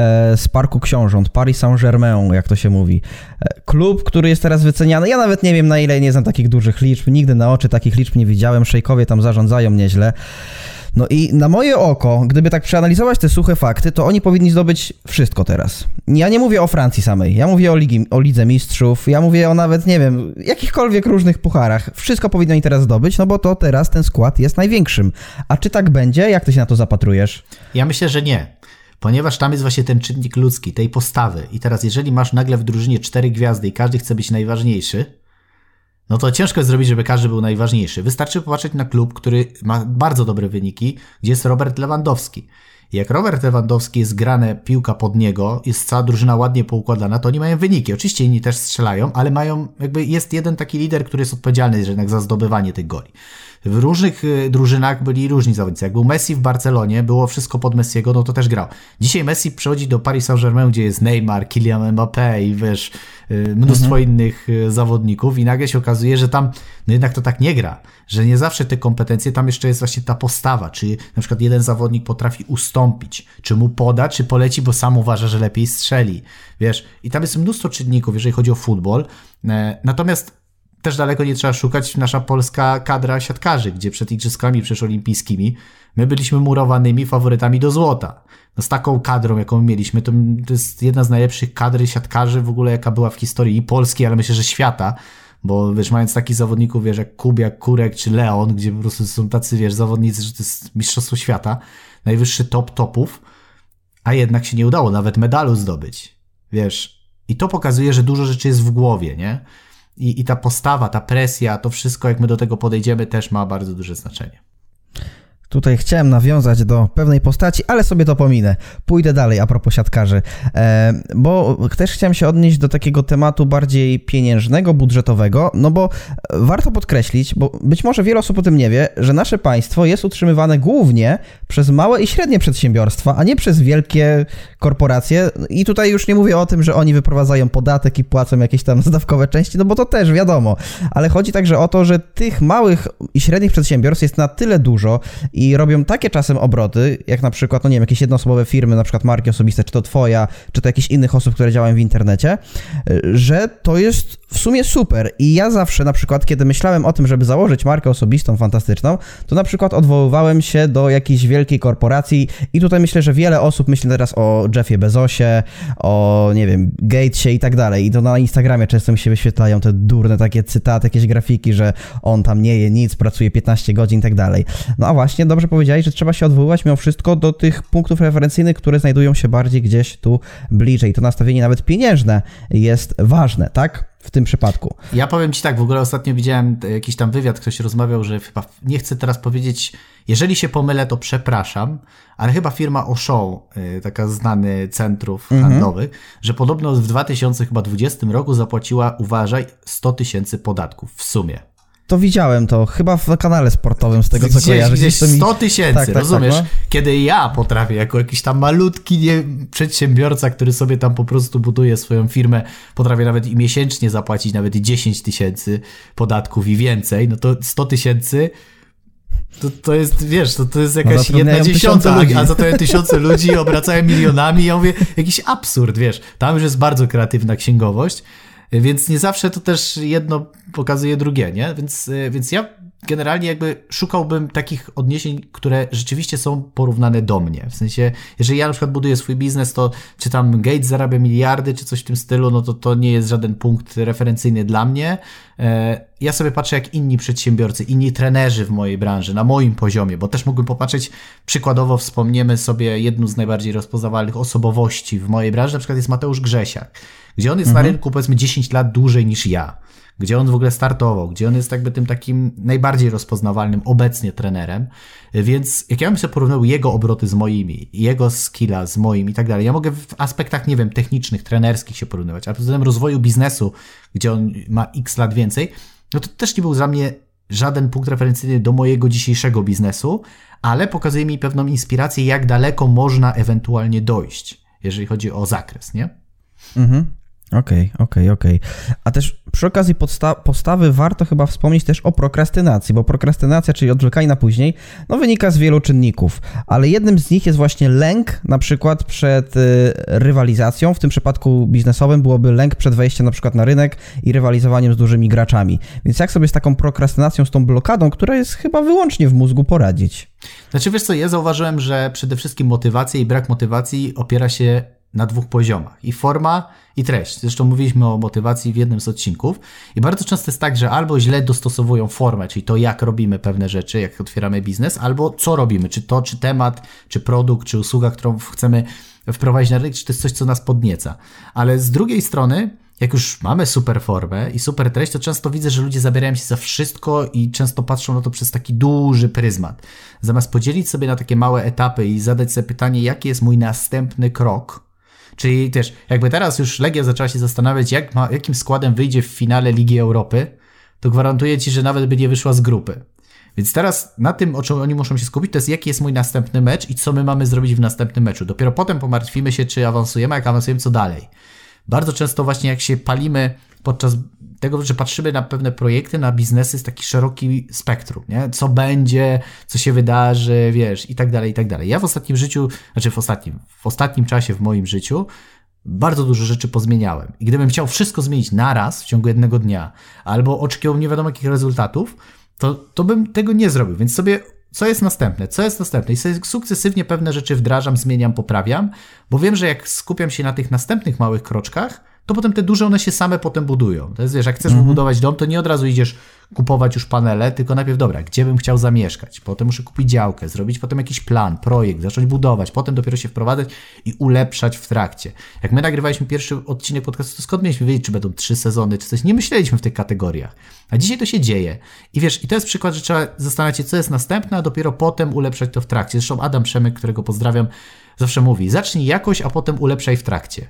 z Parku Książąt, Paris Saint-Germain, jak to się mówi. Klub, który jest teraz wyceniany, ja nawet nie wiem na ile, nie znam takich dużych liczb, nigdy na oczy takich liczb nie widziałem, szejkowie tam zarządzają nieźle. No i na moje oko, gdyby tak przeanalizować te suche fakty, to oni powinni zdobyć wszystko teraz. Ja nie mówię o Francji samej, ja mówię o Lidze Mistrzów, ja mówię o nawet, nie wiem, jakichkolwiek różnych pucharach. Wszystko powinno oni teraz zdobyć, no bo to teraz ten skład jest największym. A czy tak będzie? Jak ty się na to zapatrujesz? Ja myślę, że nie. Ponieważ tam jest właśnie ten czynnik ludzki, tej postawy. I teraz jeżeli masz nagle w drużynie 4 gwiazdy i każdy chce być najważniejszy, no to ciężko jest zrobić, żeby każdy był najważniejszy. Wystarczy popatrzeć na klub, który ma bardzo dobre wyniki, gdzie jest Robert Lewandowski. I jak Robert Lewandowski jest grane piłka pod niego, jest cała drużyna ładnie poukładana, to oni mają wyniki. Oczywiście inni też strzelają, ale mają, jakby jest jeden taki lider, który jest odpowiedzialny jednak za zdobywanie tych goli. W różnych drużynach byli różni zawodnicy. Jak był Messi w Barcelonie, było wszystko pod Messiego, no to też grał. Dzisiaj Messi przechodzi do Paris Saint-Germain, gdzie jest Neymar, Kylian Mbappé i wiesz, mnóstwo innych zawodników i nagle się okazuje, że tam no jednak to tak nie gra, że nie zawsze te kompetencje, tam jeszcze jest właśnie ta postawa, czy na przykład jeden zawodnik potrafi ustąpić, czy mu poda, czy poleci, bo sam uważa, że lepiej strzeli, wiesz, i tam jest mnóstwo czynników, jeżeli chodzi o futbol, natomiast też daleko nie trzeba szukać, nasza polska kadra siatkarzy, gdzie przed igrzyskami przecież olimpijskimi my byliśmy murowanymi faworytami do złota. No z taką kadrą, jaką mieliśmy, to jest jedna z najlepszych kadry siatkarzy w ogóle, jaka była w historii i Polski, ale myślę, że świata, bo wiesz, mając takich zawodników, wiesz, jak Kubiak, Kurek czy Leon, gdzie po prostu są tacy, wiesz, zawodnicy, że to jest mistrzostwo świata, najwyższy top topów, a jednak się nie udało nawet medalu zdobyć, wiesz. I to pokazuje, że dużo rzeczy jest w głowie, nie? I ta postawa, ta presja, to wszystko, jak my do tego podejdziemy, też ma bardzo duże znaczenie. Tutaj chciałem nawiązać do pewnej postaci, ale sobie to pominę. Pójdę dalej a propos siatkarzy, bo też chciałem się odnieść do takiego tematu bardziej pieniężnego, budżetowego, no bo warto podkreślić, bo być może wiele osób o tym nie wie, że nasze państwo jest utrzymywane głównie przez małe i średnie przedsiębiorstwa, a nie przez wielkie korporacje i tutaj już nie mówię o tym, że oni wyprowadzają podatek i płacą jakieś tam zdawkowe części, no bo to też wiadomo, ale chodzi także o to, że tych małych i średnich przedsiębiorstw jest na tyle dużo i robią takie czasem obroty, jak na przykład, no nie wiem, jakieś jednoosobowe firmy, na przykład marki osobiste, czy to twoja, czy to jakichś innych osób, które działają w internecie, że to jest w sumie super i ja zawsze na przykład, kiedy myślałem o tym, żeby założyć markę osobistą fantastyczną, to na przykład odwoływałem się do jakiejś wielkiej korporacji i tutaj myślę, że wiele osób myśli teraz o Jeffie Bezosie, o, nie wiem, Gatesie i tak dalej i to na Instagramie często mi się wyświetlają te durne takie cytaty, jakieś grafiki, że on tam nie je nic, pracuje 15 godzin i tak dalej. No a właśnie, dobrze powiedziałeś, że trzeba się odwoływać mimo wszystko do tych punktów referencyjnych, które znajdują się bardziej gdzieś tu bliżej. To nastawienie nawet pieniężne jest ważne, tak? W tym przypadku. Ja powiem Ci tak, w ogóle ostatnio widziałem jakiś tam wywiad, ktoś rozmawiał, że chyba, nie chcę teraz powiedzieć, jeżeli się pomylę, to przepraszam, ale chyba firma Auchan, taka znany centrów handlowych, że podobno w 2020 roku zapłaciła, uważaj, 100 000 podatków w sumie. To widziałem to, chyba w kanale sportowym z tego, co kojarzę. Gdzieś 100 000, tak, rozumiesz? Tak, no. Kiedy ja potrafię, jako jakiś tam malutki przedsiębiorca, który sobie tam po prostu buduje swoją firmę, potrafię nawet i miesięcznie zapłacić nawet 10 000 podatków i więcej, no to 100 000 to jest, wiesz, to jest jakaś 1/10, a za to 1000 ludzi obracają milionami. Ja mówię, jakiś absurd, wiesz. Tam już jest bardzo kreatywna księgowość. Więc nie zawsze to też jedno pokazuje drugie, nie? Więc ja generalnie jakby szukałbym takich odniesień, które rzeczywiście są porównane do mnie. W sensie, jeżeli ja na przykład buduję swój biznes, to czy tam Gates zarabia miliardy, czy coś w tym stylu, no to nie jest żaden punkt referencyjny dla mnie. Ja sobie patrzę jak inni przedsiębiorcy, inni trenerzy w mojej branży, na moim poziomie, bo też mógłbym popatrzeć, przykładowo wspomniemy sobie jedną z najbardziej rozpoznawalnych osobowości w mojej branży, na przykład jest Mateusz Grzesiak, gdzie on jest na rynku powiedzmy 10 lat dłużej niż ja, gdzie on w ogóle startował, gdzie on jest jakby tym takim najbardziej rozpoznawalnym obecnie trenerem, więc jak ja bym sobie porównał jego obroty z moimi, jego skilla z moim i tak dalej, ja mogę w aspektach, nie wiem, technicznych, trenerskich się porównywać, a poza tym rozwoju biznesu, gdzie on ma x lat więcej, no to też nie był dla mnie żaden punkt referencyjny do mojego dzisiejszego biznesu, ale pokazuje mi pewną inspirację, jak daleko można ewentualnie dojść, jeżeli chodzi o zakres, nie? Okej. A też przy okazji postawy warto chyba wspomnieć też o prokrastynacji, bo prokrastynacja, czyli odwlekanie na później, no wynika z wielu czynników, ale jednym z nich jest właśnie lęk na przykład przed rywalizacją, w tym przypadku biznesowym byłoby lęk przed wejściem na przykład na rynek i rywalizowaniem z dużymi graczami. Więc jak sobie z taką prokrastynacją, z tą blokadą, która jest chyba wyłącznie w mózgu, poradzić? Znaczy wiesz co, ja zauważyłem, że przede wszystkim motywacja i brak motywacji opiera się na 2 poziomach. I forma, i treść. Zresztą mówiliśmy o motywacji w jednym z odcinków. I bardzo często jest tak, że albo źle dostosowują formę, czyli to jak robimy pewne rzeczy, jak otwieramy biznes, albo co robimy, czy to, czy temat, czy produkt, czy usługa, którą chcemy wprowadzić na rynek, czy to jest coś, co nas podnieca. Ale z drugiej strony, jak już mamy super formę i super treść, to często widzę, że ludzie zabierają się za wszystko i często patrzą na to przez taki duży pryzmat. Zamiast podzielić sobie na takie małe etapy i zadać sobie pytanie, jaki jest mój następny krok. Czyli też jakby teraz już Legia zaczęła się zastanawiać, jakim składem wyjdzie w finale Ligi Europy, to gwarantuję Ci, że nawet by nie wyszła z grupy. Więc teraz na tym, o czym oni muszą się skupić, to jest jaki jest mój następny mecz i co my mamy zrobić w następnym meczu. Dopiero potem pomartwimy się, czy awansujemy, a jak awansujemy, co dalej. Bardzo często właśnie jak się palimy podczas tego, że patrzymy na pewne projekty, na biznesy z taki szeroki spektrum, nie? Co będzie, co się wydarzy, wiesz, i tak dalej, i tak dalej. Ja w ostatnim życiu, znaczy w ostatnim czasie w moim życiu bardzo dużo rzeczy pozmieniałem. I gdybym chciał wszystko zmienić naraz w ciągu jednego dnia, albo oczekiwał nie wiadomo jakich rezultatów, to bym tego nie zrobił. Więc sobie co jest następne? I sobie sukcesywnie pewne rzeczy wdrażam, zmieniam, poprawiam, bo wiem, że jak skupiam się na tych następnych małych kroczkach, to potem te duże one się same potem budują. To jest, wiesz, jak chcesz wybudować dom, to nie od razu idziesz kupować już panele, tylko najpierw, dobra, gdzie bym chciał zamieszkać? Potem muszę kupić działkę, zrobić potem jakiś plan, projekt, zacząć budować, potem dopiero się wprowadzać i ulepszać w trakcie. Jak my nagrywaliśmy pierwszy odcinek podcastu, to skąd mieliśmy wiedzieć, czy będą 3 sezony, czy coś? Nie myśleliśmy w tych kategoriach. A dzisiaj to się dzieje. I wiesz, i to jest przykład, że trzeba zastanawiać się, co jest następne, a dopiero potem ulepszać to w trakcie. Zresztą Adam Przemek, którego pozdrawiam, zawsze mówi, zacznij jakoś, a potem ulepszaj w trakcie.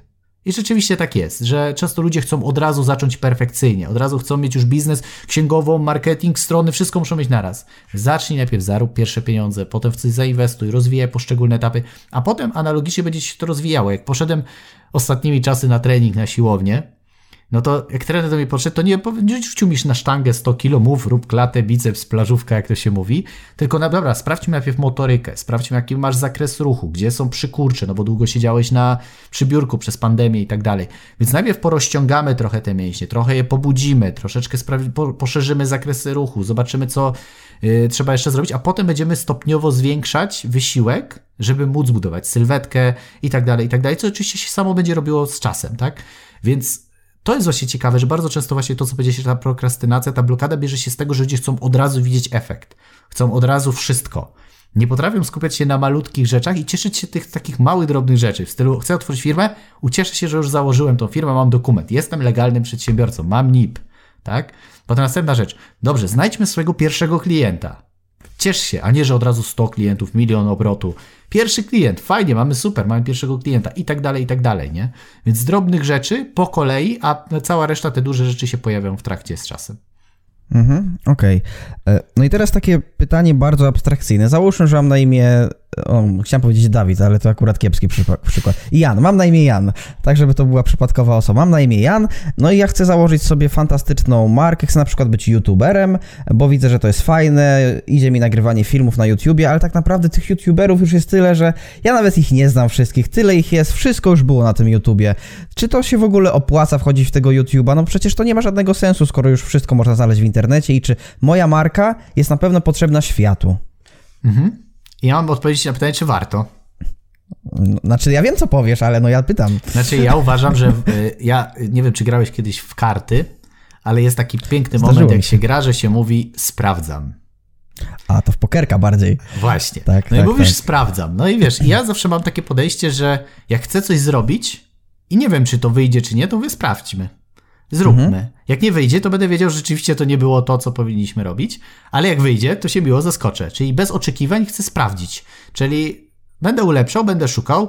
I rzeczywiście tak jest, że często ludzie chcą od razu zacząć perfekcyjnie, od razu chcą mieć już biznes, księgową, marketing, strony, wszystko muszą mieć naraz. Zacznij najpierw, zarób pierwsze pieniądze, potem w coś zainwestuj, rozwijaj poszczególne etapy, a potem analogicznie będzie się to rozwijało. Jak poszedłem ostatnimi czasy na trening, na siłownię, no to jak trener do mnie podszedł, to nie rzucił mi na sztangę 100 kg, mów, rób klatę, biceps, plażówka, jak to się mówi, tylko dobra, sprawdźmy najpierw motorykę, sprawdźmy jaki masz zakres ruchu, gdzie są przykurcze, no bo długo siedziałeś przy biurku przez pandemię i tak dalej. Więc najpierw porozciągamy trochę te mięśnie, trochę je pobudzimy, troszeczkę poszerzymy zakresy ruchu, zobaczymy co trzeba jeszcze zrobić, a potem będziemy stopniowo zwiększać wysiłek, żeby móc budować sylwetkę i tak dalej, co oczywiście się samo będzie robiło z czasem, tak? Więc to jest właśnie ciekawe, że bardzo często właśnie to, co powiedzieliście, ta prokrastynacja, ta blokada bierze się z tego, że ludzie chcą od razu widzieć efekt. Chcą od razu wszystko. Nie potrafią skupiać się na malutkich rzeczach i cieszyć się tych takich małych, drobnych rzeczy. W stylu, chcę otworzyć firmę, ucieszę się, że już założyłem tą firmę, mam dokument, jestem legalnym przedsiębiorcą, mam NIP, tak? Potem następna rzecz. Dobrze, znajdźmy swojego pierwszego klienta. Ciesz się, a nie, że od razu 100 klientów, 1 000 000 obrotu. Pierwszy klient, fajnie, mamy pierwszego klienta i tak dalej, nie? Więc z drobnych rzeczy po kolei, a cała reszta, te duże rzeczy się pojawią w trakcie z czasem. Okej. No i teraz takie pytanie bardzo abstrakcyjne. Załóżmy, że mam na imię, chciałem powiedzieć Dawid, ale to akurat kiepski przykład. Jan, mam na imię Jan, tak żeby to była przypadkowa osoba. Mam na imię Jan, no i ja chcę założyć sobie fantastyczną markę, chcę na przykład być youtuberem, bo widzę, że to jest fajne, idzie mi nagrywanie filmów na YouTubie, ale tak naprawdę tych youtuberów już jest tyle, że ja nawet ich nie znam wszystkich, tyle ich jest, wszystko już było na tym YouTubie. Czy to się w ogóle opłaca wchodzić w tego YouTube'a? No przecież to nie ma żadnego sensu, skoro już wszystko można znaleźć w internecie i czy moja marka jest na pewno potrzebna światu? Ja mam odpowiedzieć na pytanie, czy warto. Znaczy, ja wiem, co powiesz, ale no ja pytam. Znaczy, ja uważam, że ja nie wiem, czy grałeś kiedyś w karty, ale jest taki piękny moment, jak się gra, że się mówi sprawdzam. A, to w pokerka bardziej. Właśnie. Tak, no tak, i mówisz tak. Sprawdzam. No i wiesz, ja zawsze mam takie podejście, że jak chcę coś zrobić i nie wiem, czy to wyjdzie, czy nie, to mówię sprawdźmy. Zróbmy. Jak nie wyjdzie, to będę wiedział, że rzeczywiście to nie było to, co powinniśmy robić, ale jak wyjdzie, to się miło zaskoczę. Czyli bez oczekiwań chcę sprawdzić. Czyli będę ulepszał, będę szukał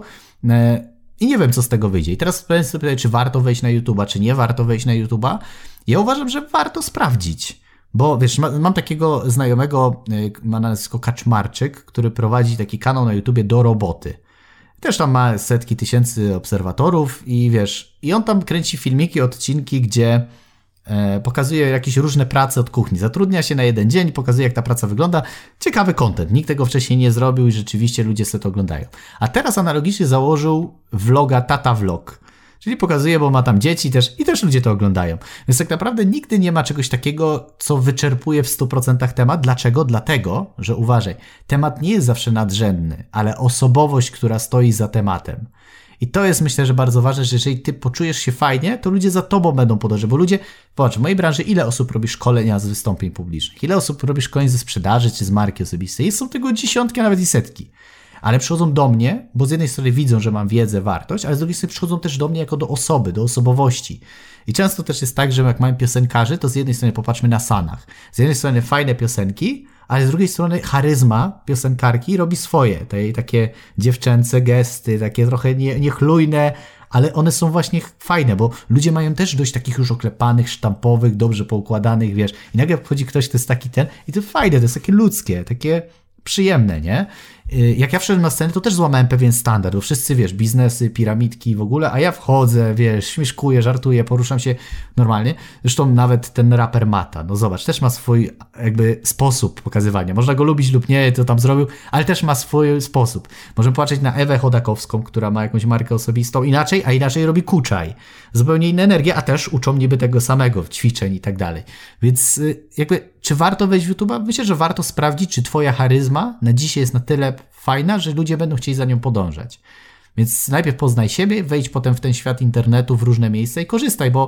i nie wiem, co z tego wyjdzie. I teraz powiem sobie, czy warto wejść na YouTube'a, czy nie warto wejść na YouTube'a. Ja uważam, że warto sprawdzić. Bo wiesz, mam takiego znajomego, ma nazwisko Kaczmarczyk, który prowadzi taki kanał na YouTubie Do Roboty. Też tam ma setki tysięcy obserwatorów i wiesz, i on tam kręci filmiki, odcinki, gdzie pokazuje jakieś różne prace od kuchni. Zatrudnia się na jeden dzień, pokazuje, jak ta praca wygląda. Ciekawy content. Nikt tego wcześniej nie zrobił i rzeczywiście ludzie sobie to oglądają. A teraz analogicznie założył vloga Tata Vlog. Czyli pokazuje, bo ma tam dzieci też i też ludzie to oglądają. Więc tak naprawdę nigdy nie ma czegoś takiego, co wyczerpuje w 100% temat. Dlaczego? Dlatego, że uważaj, temat nie jest zawsze nadrzędny, ale osobowość, która stoi za tematem. I to jest, myślę, że bardzo ważne, że jeżeli ty poczujesz się fajnie, to ludzie za tobą będą podążać, bo ludzie, popatrz, w mojej branży ile osób robi szkolenia z wystąpień publicznych? Ile osób robi szkoleń ze sprzedaży czy z marki osobistej? Są tego dziesiątki, a nawet i setki. Ale przychodzą do mnie, bo z jednej strony widzą, że mam wiedzę, wartość, ale z drugiej strony przychodzą też do mnie jako do osoby, do osobowości. I często też jest tak, że jak mamy piosenkarzy, to z jednej strony popatrzmy na Sanach. Z jednej strony fajne piosenki, ale z drugiej strony charyzma piosenkarki robi swoje. Takie dziewczęce gesty, takie trochę niechlujne, ale one są właśnie fajne, bo ludzie mają też dość takich już oklepanych, sztampowych, dobrze poukładanych, wiesz. I nagle wchodzi ktoś, to jest taki i to fajne, to jest takie ludzkie, takie przyjemne, nie? Jak ja wszedłem na scenę, to też złamałem pewien standard, bo wszyscy, wiesz, biznesy, piramidki w ogóle, a ja wchodzę, wiesz, śmieszkuję, żartuję, poruszam się normalnie. Zresztą nawet ten raper Mata, no zobacz, też ma swój jakby sposób pokazywania. Można go lubić lub nie, to tam zrobił, ale też ma swój sposób. Możemy patrzeć na Ewę Chodakowską, która ma jakąś markę osobistą inaczej, a inaczej robi Kuczaj. Zupełnie inne energie, a też uczą niby tego samego, ćwiczeń i tak dalej. Więc jakby, czy warto wejść w YouTube'a? Myślę, że warto sprawdzić, czy twoja charyzma na dzisiaj jest na tyle fajna, że ludzie będą chcieli za nią podążać. Więc najpierw poznaj siebie, wejdź potem w ten świat internetu, w różne miejsca i korzystaj, bo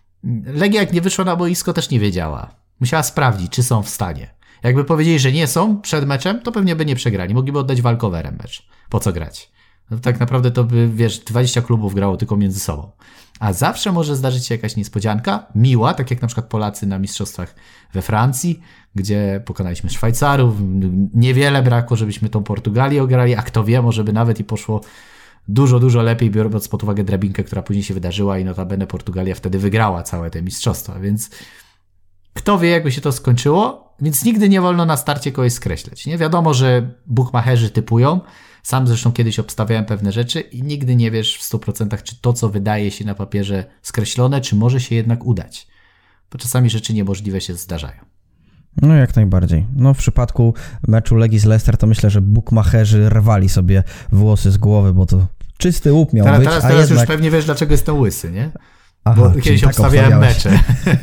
Legia jak nie wyszła na boisko, też nie wiedziała. Musiała sprawdzić, czy są w stanie. Jakby powiedzieli, że nie są przed meczem, to pewnie by nie przegrali. Mogliby oddać walkowerem mecz. Po co grać? No tak naprawdę to by, wiesz, 20 klubów grało tylko między sobą. A zawsze może zdarzyć się jakaś niespodzianka, miła, tak jak na przykład Polacy na mistrzostwach we Francji, gdzie pokonaliśmy Szwajcarów. Niewiele brakło, żebyśmy tą Portugalię ograli, a kto wie, może by nawet i poszło Dużo, dużo lepiej, biorąc pod uwagę drabinkę, która później się wydarzyła i notabene Portugalia wtedy wygrała całe te mistrzostwa, więc kto wie, jakby się to skończyło, więc nigdy nie wolno na starcie kogoś skreślać. Nie wiadomo, że bukmacherzy typują. Sam zresztą kiedyś obstawiałem pewne rzeczy i nigdy nie wiesz w 100%, czy to, co wydaje się na papierze skreślone, czy może się jednak udać. Bo czasami rzeczy niemożliwe się zdarzają. No jak najbardziej. No w przypadku meczu Legii z Leicester to myślę, że bukmacherzy rwali sobie włosy z głowy, bo to czysty łup miał być. Teraz jednak... już pewnie wiesz, dlaczego jestem łysy, nie? Aha, bo kiedyś tak obstawiałem mecze.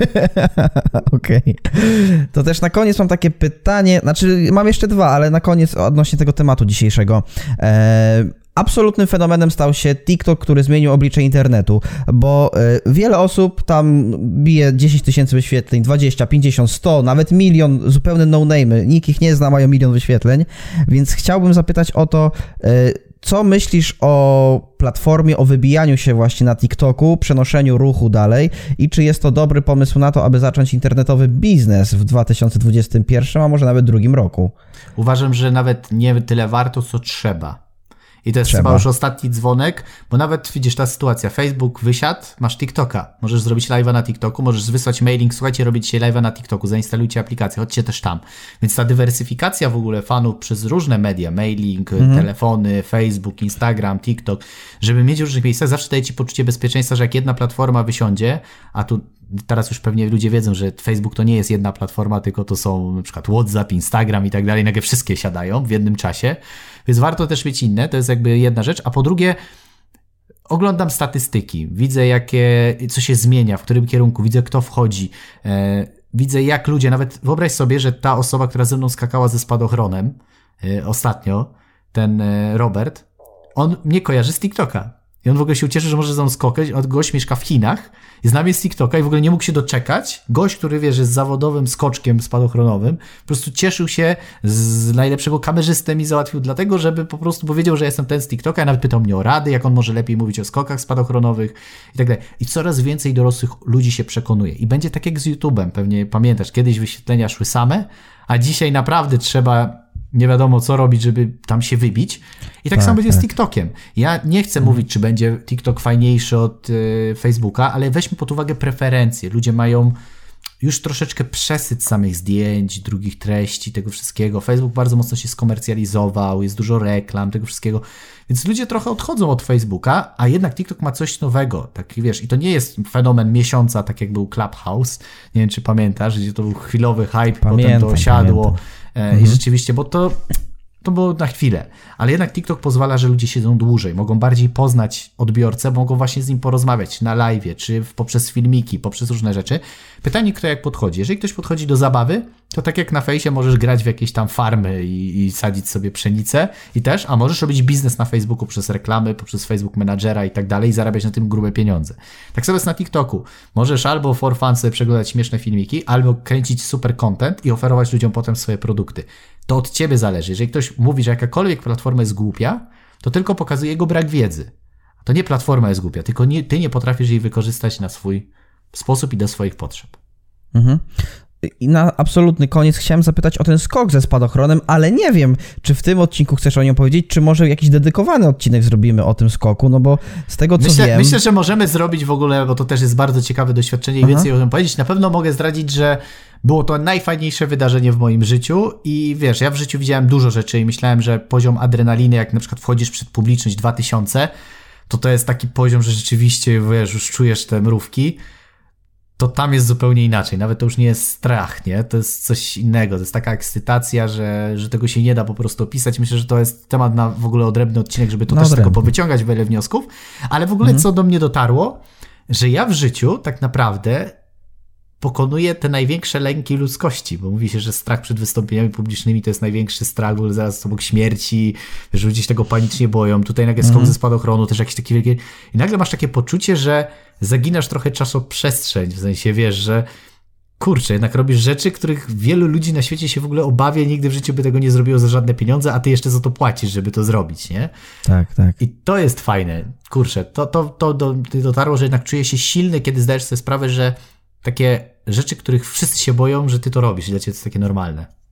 Okej. To też na koniec mam takie pytanie, znaczy mam jeszcze dwa, ale na koniec odnośnie tego tematu dzisiejszego. Absolutnym fenomenem stał się TikTok, który zmienił oblicze internetu, bo wiele osób tam bije 10 000 wyświetleń, 20, 50, 100, nawet milion, zupełne no-name'y, nikt ich nie zna, mają milion wyświetleń, więc chciałbym zapytać o to, co myślisz o platformie, o wybijaniu się właśnie na TikToku, przenoszeniu ruchu dalej i czy jest to dobry pomysł na to, aby zacząć internetowy biznes w 2021, a może nawet drugim roku? Uważam, że nawet nie tyle warto, co trzeba. I to jest chyba już ostatni dzwonek, bo nawet widzisz ta sytuacja, Facebook wysiadł, masz TikToka, możesz zrobić live'a na TikToku, możesz wysłać mailing, słuchajcie, robię dzisiaj live'a na TikToku, zainstalujcie aplikację, chodźcie też tam. Więc ta dywersyfikacja w ogóle fanów przez różne media, mailing, telefony, Facebook, Instagram, TikTok, żeby mieć w różnych miejscach, zawsze daje ci poczucie bezpieczeństwa, że jak jedna platforma wysiądzie, a tu teraz już pewnie ludzie wiedzą, że Facebook to nie jest jedna platforma, tylko to są na przykład WhatsApp, Instagram i tak dalej, nagle wszystkie siadają w jednym czasie, więc warto też mieć inne, to jest jakby jedna rzecz, a po drugie oglądam statystyki, widzę co się zmienia, w którym kierunku, widzę kto wchodzi, widzę jak ludzie, nawet wyobraź sobie, że ta osoba, która ze mną skakała ze spadochronem ostatnio, ten Robert, on mnie kojarzy z TikToka. I on w ogóle się ucieszy, że może ze mną skakać. Gość mieszka w Chinach, jest nami z TikToka i w ogóle nie mógł się doczekać. Gość, który wiesz, jest zawodowym skoczkiem spadochronowym, po prostu cieszył się z najlepszego kamerzystę mi załatwił dlatego, żeby po prostu powiedział, że jestem ten z TikToka i nawet pytał mnie o rady, jak on może lepiej mówić o skokach spadochronowych i tak dalej. I coraz więcej dorosłych ludzi się przekonuje. I będzie tak jak z YouTube'em. Pewnie pamiętasz, kiedyś wyświetlenia szły same, a dzisiaj naprawdę trzeba nie wiadomo co robić, żeby tam się wybić. I tak samo będzie z TikTokiem. Ja nie chcę mówić, czy będzie TikTok fajniejszy od Facebooka, ale weźmy pod uwagę preferencje. Ludzie mają już troszeczkę przesyt samych zdjęć, drugich treści, tego wszystkiego. Facebook bardzo mocno się skomercjalizował, jest dużo reklam, tego wszystkiego. Więc ludzie trochę odchodzą od Facebooka, a jednak TikTok ma coś nowego. Tak, wiesz, i to nie jest fenomen miesiąca, tak jak był Clubhouse. Nie wiem, czy pamiętasz, gdzie to był chwilowy hype, potem to osiadło. I rzeczywiście, bo to było na chwilę, ale jednak TikTok pozwala, że ludzie siedzą dłużej, mogą bardziej poznać odbiorcę, mogą właśnie z nim porozmawiać na live'ie, czy poprzez filmiki, poprzez różne rzeczy. Pytanie, kto jak podchodzi. Jeżeli ktoś podchodzi do zabawy, to tak jak na fejsie możesz grać w jakieś tam farmy i sadzić sobie pszenicę a możesz robić biznes na Facebooku przez reklamy, poprzez Facebook Managera i tak dalej i zarabiać na tym grube pieniądze. Tak samo jest na TikToku. Możesz albo for fun sobie przeglądać śmieszne filmiki, albo kręcić super content i oferować ludziom potem swoje produkty. To od ciebie zależy. Jeżeli ktoś mówi, że jakakolwiek platforma jest głupia, to tylko pokazuje jego brak wiedzy. To nie platforma jest głupia, tylko ty nie potrafisz jej wykorzystać na swój sposób i do swoich potrzeb. I na absolutny koniec chciałem zapytać o ten skok ze spadochronem, ale nie wiem, czy w tym odcinku chcesz o nim powiedzieć, czy może jakiś dedykowany odcinek zrobimy o tym skoku, no bo z tego co wiem... Myślę, że możemy zrobić w ogóle, bo to też jest bardzo ciekawe doświadczenie i więcej o tym powiedzieć. Na pewno mogę zdradzić, że było to najfajniejsze wydarzenie w moim życiu i wiesz, ja w życiu widziałem dużo rzeczy i myślałem, że poziom adrenaliny, jak na przykład wchodzisz przed publiczność 2000, to jest taki poziom, że rzeczywiście, wiesz, już czujesz te mrówki. To tam jest zupełnie inaczej. Nawet to już nie jest strach, nie? To jest coś innego. To jest taka ekscytacja, że tego się nie da po prostu opisać. Myślę, że to jest temat na w ogóle odrębny odcinek, żeby to też z tego powyciągać wiele wniosków. Ale w ogóle co do mnie dotarło, że ja w życiu tak naprawdę pokonuję te największe lęki ludzkości, bo mówi się, że strach przed wystąpieniami publicznymi to jest największy strach, bo zaraz obok śmierci, że ludzie się tego panicznie boją. Tutaj nagle skok ze spadochronu, też jakieś takie wielkie... I nagle masz takie poczucie, że zaginasz trochę czasoprzestrzeń, w sensie wiesz, że kurczę, jednak robisz rzeczy, których wielu ludzi na świecie się w ogóle obawia, nigdy w życiu by tego nie zrobiło za żadne pieniądze, a ty jeszcze za to płacisz, żeby to zrobić, nie? Tak. I to jest fajne. Kurczę, to dotarło, że jednak czuję się silny, kiedy zdajesz sobie sprawę, że takie rzeczy, których wszyscy się boją, że ty to robisz i dla ciebie to jest takie normalne.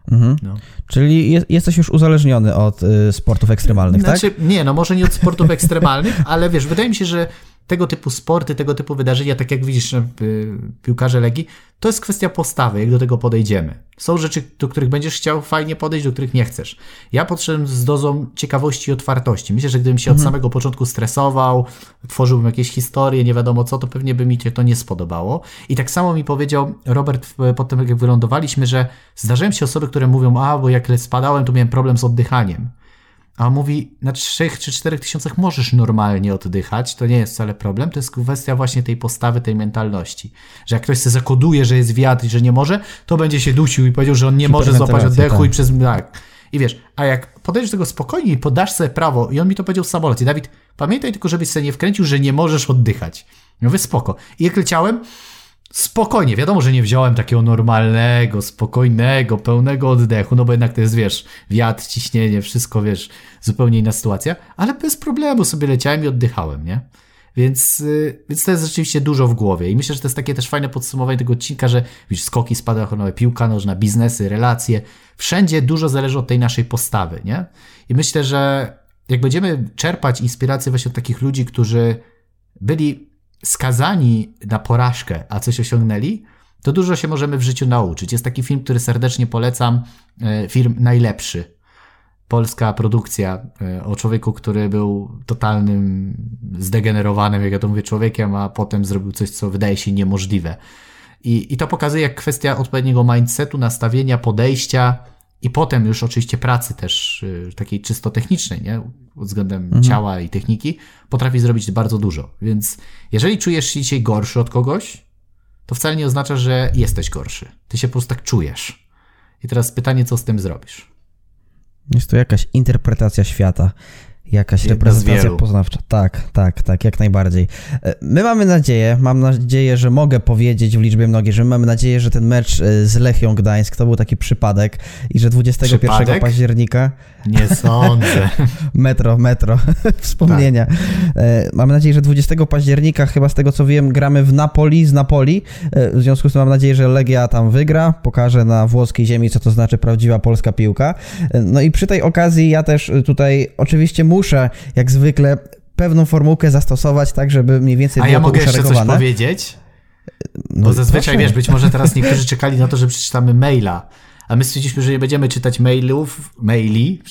No. Czyli jesteś już uzależniony od sportów ekstremalnych, tak? Nie, no może nie od sportów ekstremalnych, ale wiesz, wydaje mi się, że tego typu sporty, tego typu wydarzenia, tak jak widzisz, piłkarze Legii, to jest kwestia postawy, jak do tego podejdziemy. Są rzeczy, do których będziesz chciał fajnie podejść, do których nie chcesz. Ja podszedłem z dozą ciekawości i otwartości. Myślę, że gdybym się od samego początku stresował, tworzyłbym jakieś historie, nie wiadomo co, to pewnie by mi się to nie spodobało. I tak samo mi powiedział Robert potem, jak wylądowaliśmy, że zdarzają się osoby, które mówią, bo jak spadałem, to miałem problem z oddychaniem. A on mówi, na 3 czy 4 tysiącach możesz normalnie oddychać, to nie jest wcale problem, to jest kwestia właśnie tej postawy, tej mentalności. Że jak ktoś sobie zakoduje, że jest wiatr i że nie może, to będzie się dusił i powiedział, że on nie może złapać oddechu tak. I przez... Tak. I wiesz, a jak podejdziesz do tego spokojnie i podasz sobie prawo, i on mi to powiedział w samolocie, Dawid, pamiętaj tylko, żebyś sobie nie wkręcił, że nie możesz oddychać. Ja mówię, spoko. I jak leciałem, spokojnie, wiadomo, że nie wziąłem takiego normalnego, spokojnego, pełnego oddechu, no bo jednak to jest, wiesz, wiatr, ciśnienie, wszystko, wiesz, zupełnie inna sytuacja, ale bez problemu sobie leciałem i oddychałem, nie? Więc to jest rzeczywiście dużo w głowie i myślę, że to jest takie też fajne podsumowanie tego odcinka, że widzisz, skoki spadochronowe, piłka nożna, biznesy, relacje, wszędzie dużo zależy od tej naszej postawy, nie? I myślę, że jak będziemy czerpać inspirację właśnie od takich ludzi, którzy byli skazani na porażkę, a coś osiągnęli, to dużo się możemy w życiu nauczyć. Jest taki film, który serdecznie polecam, film Najlepszy. Polska produkcja o człowieku, który był totalnym zdegenerowanym, jak ja to mówię, człowiekiem, a potem zrobił coś, co wydaje się niemożliwe. I to pokazuje, jak kwestia odpowiedniego mindsetu, nastawienia, podejścia i potem już oczywiście pracy też takiej czysto technicznej, nie? Pod względem ciała i techniki, potrafi zrobić bardzo dużo. Więc jeżeli czujesz się dzisiaj gorszy od kogoś, to wcale nie oznacza, że jesteś gorszy. Ty się po prostu tak czujesz. I teraz pytanie, co z tym zrobisz? Jest to jakaś interpretacja świata. Jakaś reprezentacja poznawcza. Tak, jak najbardziej. My mam nadzieję, że mogę powiedzieć w liczbie mnogiej, że my mamy nadzieję, że ten mecz z Lechią Gdańsk to był taki przypadek i że 21 października... Nie sądzę. Metro, wspomnienia. Tak. Mamy nadzieję, że 20 października, chyba z tego co wiem, gramy z Napoli. W związku z tym mam nadzieję, że Legia tam wygra, pokaże na włoskiej ziemi, co to znaczy prawdziwa polska piłka. No i przy tej okazji ja też tutaj oczywiście muszę, jak zwykle, pewną formułkę zastosować, tak, żeby mniej więcej było to uszeregowane. A ja mogę jeszcze coś powiedzieć? Bo zazwyczaj, wiesz, być może teraz niektórzy czekali na to, że przeczytamy maila, a my stwierdziliśmy, że nie będziemy czytać maili,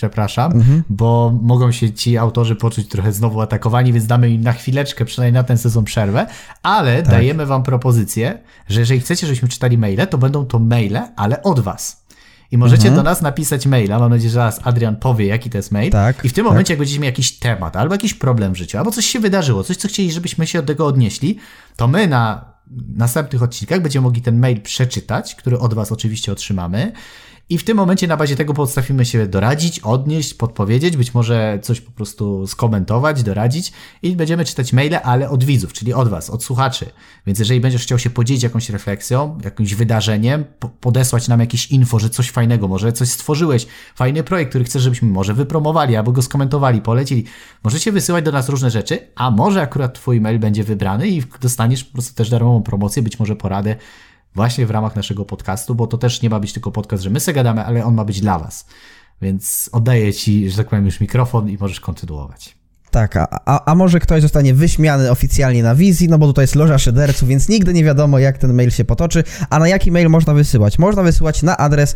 bo mogą się ci autorzy poczuć trochę znowu atakowani, więc damy im na chwileczkę, przynajmniej na ten sezon przerwę, ale dajemy wam propozycję, że jeżeli chcecie, żebyśmy czytali maile, to będą to maile, ale od was. I możecie do nas napisać maila, mam nadzieję, że zaraz Adrian powie, jaki to jest mail. I w tym momencie, jak będziecie mieli jakiś temat, albo jakiś problem w życiu, albo coś się wydarzyło, coś, co chcieli, żebyśmy się od tego odnieśli, to my na następnych odcinkach będziemy mogli ten mail przeczytać, który od was oczywiście otrzymamy. I w tym momencie na bazie tego potrafimy się doradzić, odnieść, podpowiedzieć, być może coś po prostu skomentować, doradzić i będziemy czytać maile, ale od widzów, czyli od was, od słuchaczy. Więc jeżeli będziesz chciał się podzielić jakąś refleksją, jakimś wydarzeniem, podesłać nam jakieś info, że coś fajnego, może coś stworzyłeś, fajny projekt, który chcesz, żebyśmy może wypromowali, albo go skomentowali, polecili, możecie wysyłać do nas różne rzeczy, a może akurat twój mail będzie wybrany i dostaniesz po prostu też darmową promocję, być może poradę właśnie w ramach naszego podcastu, bo to też nie ma być tylko podcast, że my se gadamy, ale on ma być dla was. Więc oddaję ci, że tak powiem, już mikrofon i możesz kontynuować. Tak, a może ktoś zostanie wyśmiany oficjalnie na wizji, no bo tutaj jest loża szyderców, więc nigdy nie wiadomo, jak ten mail się potoczy. A na jaki mail można wysyłać? Można wysyłać na adres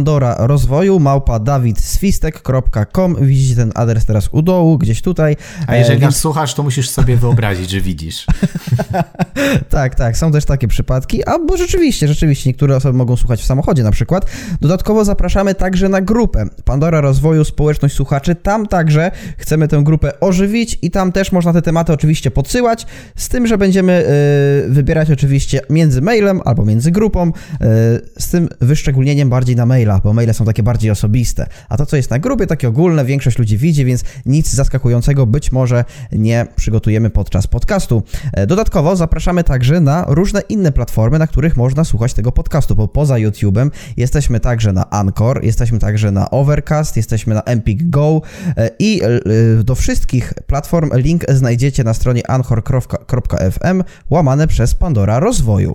pandorarozwoju@dawidswistek.com. Widzicie ten adres teraz u dołu, gdzieś tutaj. A jeżeli nas słuchasz, to musisz sobie wyobrazić, że widzisz. Tak, są też takie przypadki, bo rzeczywiście, niektóre osoby mogą słuchać w samochodzie na przykład. Dodatkowo zapraszamy także na grupę Pandora Rozwoju, społeczność słuchaczy. Tam także chcemy tę grupę ożywić i tam też można te tematy oczywiście podsyłać, z tym, że będziemy wybierać oczywiście między mailem albo między grupą, z tym wyszczególnieniem bardziej na maila, bo maile są takie bardziej osobiste, a to, co jest na grupie, takie ogólne, większość ludzi widzi, więc nic zaskakującego być może nie przygotujemy podczas podcastu. Dodatkowo zapraszamy także na różne inne platformy, na których można słuchać tego podcastu, bo poza YouTube'em jesteśmy także na Anchor, jesteśmy także na Overcast, jesteśmy na Empik Go i do wszystkich platform link znajdziecie na stronie anchor.fm / Pandora Rozwoju.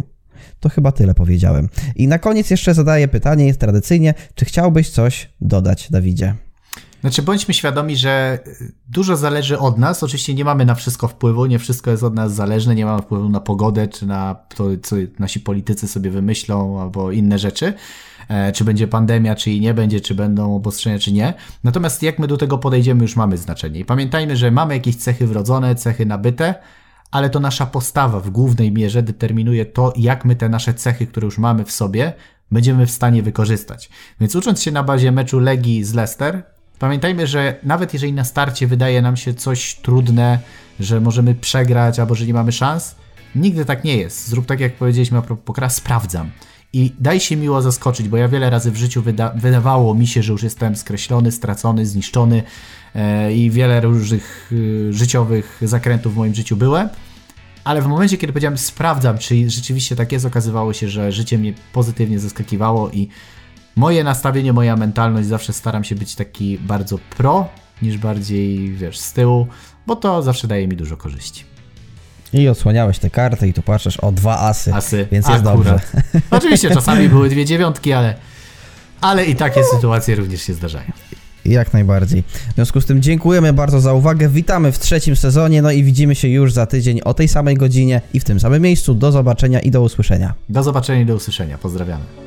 To chyba tyle powiedziałem. I na koniec jeszcze zadaję pytanie, jest tradycyjnie, czy chciałbyś coś dodać, Dawidzie? Znaczy, bądźmy świadomi, że dużo zależy od nas. Oczywiście nie mamy na wszystko wpływu, nie wszystko jest od nas zależne, nie mamy wpływu na pogodę, czy na to, co nasi politycy sobie wymyślą, albo inne rzeczy. Czy będzie pandemia, czy jej nie będzie, czy będą obostrzenia, czy nie. Natomiast jak my do tego podejdziemy, już mamy znaczenie. I pamiętajmy, że mamy jakieś cechy wrodzone, cechy nabyte, ale to nasza postawa w głównej mierze determinuje to, jak my te nasze cechy, które już mamy w sobie, będziemy w stanie wykorzystać. Więc ucząc się na bazie meczu Legii z Leicester, pamiętajmy, że nawet jeżeli na starcie wydaje nam się coś trudne, że możemy przegrać albo że nie mamy szans, nigdy tak nie jest. Zrób tak, jak powiedzieliśmy a propos pokera, sprawdzam. I daj się miło zaskoczyć, bo ja wiele razy w życiu wydawało mi się, że już jestem skreślony, stracony, zniszczony i wiele różnych życiowych zakrętów w moim życiu były. Ale w momencie, kiedy powiedziałem sprawdzam, czy rzeczywiście tak jest, okazywało się, że życie mnie pozytywnie zaskakiwało i moje nastawienie, moja mentalność, zawsze staram się być taki bardzo pro, niż bardziej, z tyłu, bo to zawsze daje mi dużo korzyści. I odsłaniałeś tę kartę i tu patrzysz o 2 asy, więc jest akurat. dobrze. Oczywiście czasami były 2 dziewiątki, ale i takie sytuacje również się zdarzają. Jak najbardziej. W związku z tym dziękujemy bardzo za uwagę, witamy w 3. sezonie, no i widzimy się już za tydzień o tej samej godzinie i w tym samym miejscu. Do zobaczenia i do usłyszenia. Do zobaczenia i do usłyszenia. Pozdrawiamy.